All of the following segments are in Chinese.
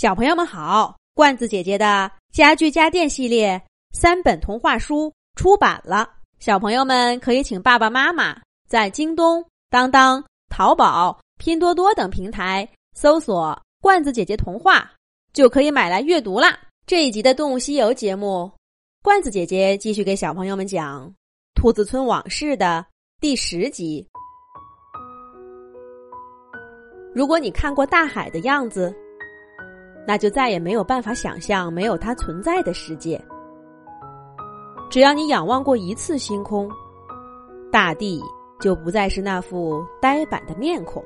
小朋友们好，罐子姐姐的家具家电系列3本童话书出版了，小朋友们可以请爸爸妈妈在京东、当当、淘宝、拼多多等平台搜索罐子姐姐童话，就可以买来阅读啦。这一集的动物西游节目，罐子姐姐继续给小朋友们讲兔子村往事的第10集。如果你看过大海的样子，那就再也没有办法想象没有它存在的世界。只要你仰望过一次星空，大地就不再是那副呆板的面孔。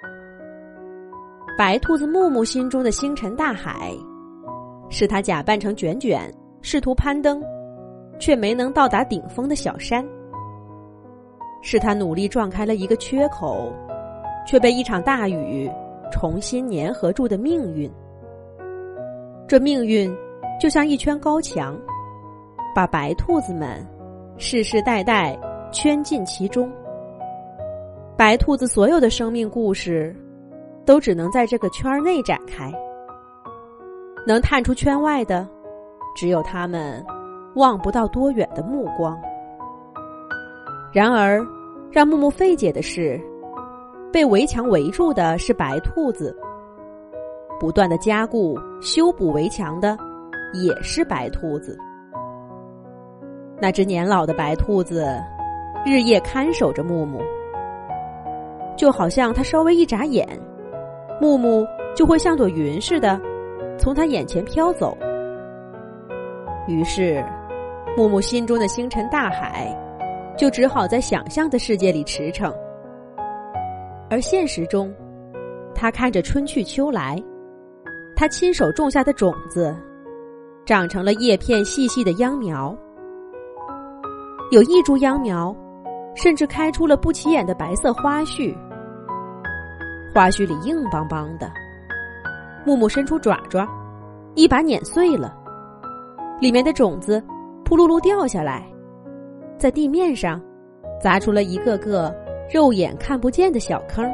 白兔子木木心中的星辰大海，是他假扮成卷卷，试图攀登，却没能到达顶峰的小山。是他努力撞开了一个缺口，却被一场大雨重新粘合住的命运。这命运就像一圈高墙，把白兔子们世世代代圈进其中。白兔子所有的生命故事都只能在这个圈内展开，能探出圈外的只有他们望不到多远的目光。然而让木木费解的是，被围墙围住的是白兔子，不断的加固修补围墙的也是白兔子。那只年老的白兔子日夜看守着木木，就好像他稍微一眨眼，木木就会像朵云似的从他眼前飘走。于是木木心中的星辰大海就只好在想象的世界里驰骋，而现实中他看着春去秋来，他亲手种下的种子长成了叶片细细的秧苗，有一株秧苗甚至开出了不起眼的白色花絮，花絮里硬邦邦的，木木伸出爪爪一把碾碎了，里面的种子扑噜噜掉下来，在地面上砸出了一个个肉眼看不见的小坑。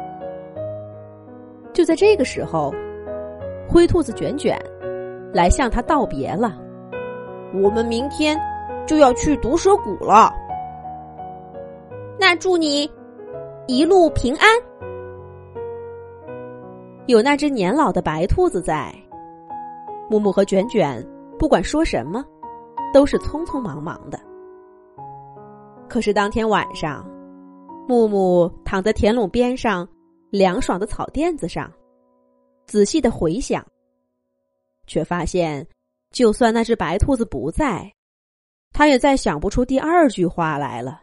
就在这个时候，灰兔子卷卷来向他道别了。 我们明天就要去毒蛇谷了， 那祝你一路平安。 有那只年老的白兔子在，木木和卷卷不管说什么都是匆匆忙忙的。可是当天晚上，木木躺在田垄边上凉爽的草垫子上，仔细的回想，却发现就算那只白兔子不在，他也再想不出第2句话来了。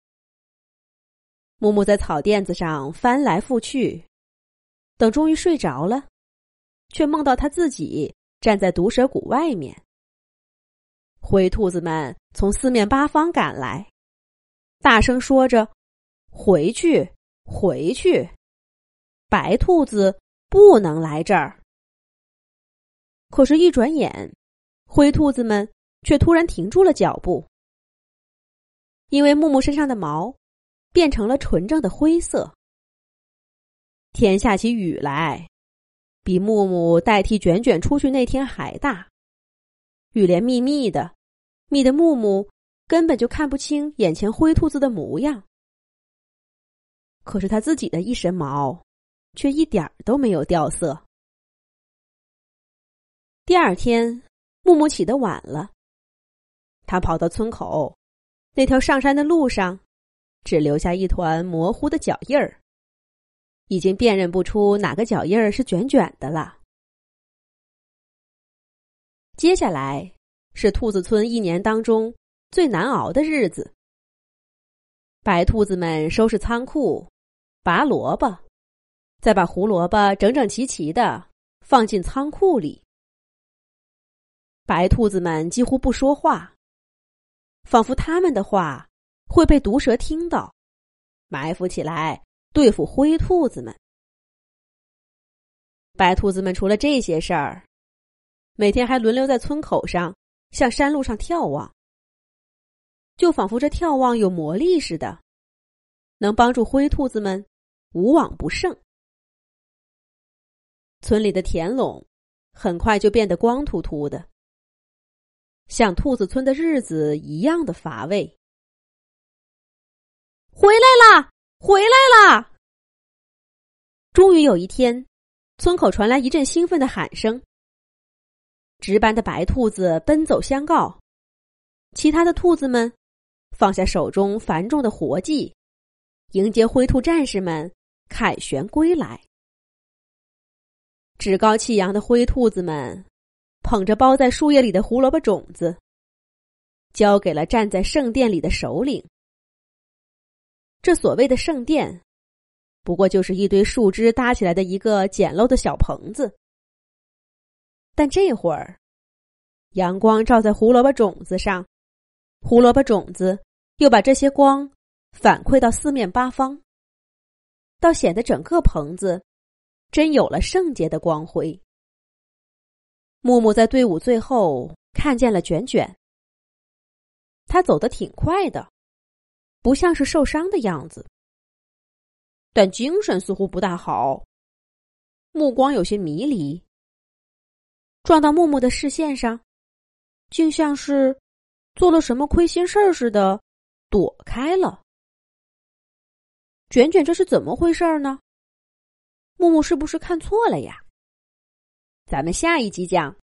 木木在草垫子上翻来覆去，等终于睡着了，却梦到他自己站在毒蛇谷外面。灰兔子们从4面8方赶来，大声说着回去回去，白兔子不能来这儿。可是一转眼，灰兔子们却突然停住了脚步，因为木木身上的毛变成了纯正的灰色。天下起雨来，比木木代替卷卷出去那天还大，雨连密密的，密得木木根本就看不清眼前灰兔子的模样。可是他自己的一身毛却一点都没有掉色。第2天，木木起得晚了，他跑到村口，那条上山的路上只留下一团模糊的脚印儿，已经辨认不出哪个脚印儿是卷卷的了。接下来是兔子村1年当中最难熬的日子。白兔子们收拾仓库，拔萝卜，再把胡萝卜整整齐齐地放进仓库里。白兔子们几乎不说话，仿佛他们的话会被毒蛇听到，埋伏起来对付灰兔子们。白兔子们除了这些事儿，每天还轮流在村口上向山路上眺望，就仿佛这眺望有魔力似的，能帮助灰兔子们无往不胜。村里的田垄很快就变得光秃秃的，像兔子村的日子一样的乏味。 回来啦！回来啦！ 终于有一天，村口传来一阵兴奋的喊声。值班的白兔子奔走相告，其他的兔子们放下手中繁重的活计，迎接灰兔战士们凯旋归来。趾高气扬的灰兔子们捧着包在树叶里的胡萝卜种子，交给了站在圣殿里的首领。这所谓的圣殿，不过就是一堆树枝搭起来的一个简陋的小棚子。但这会儿，阳光照在胡萝卜种子上，胡萝卜种子又把这些光反馈到四面八方，倒显得整个棚子真有了圣洁的光辉。木木在队伍最后看见了卷卷，他走得挺快的，不像是受伤的样子，但精神似乎不大好，目光有些迷离。撞到木木的视线上，竟像是做了什么亏心事儿似的躲开了。卷卷这是怎么回事呢？木木是不是看错了呀？咱们下一集讲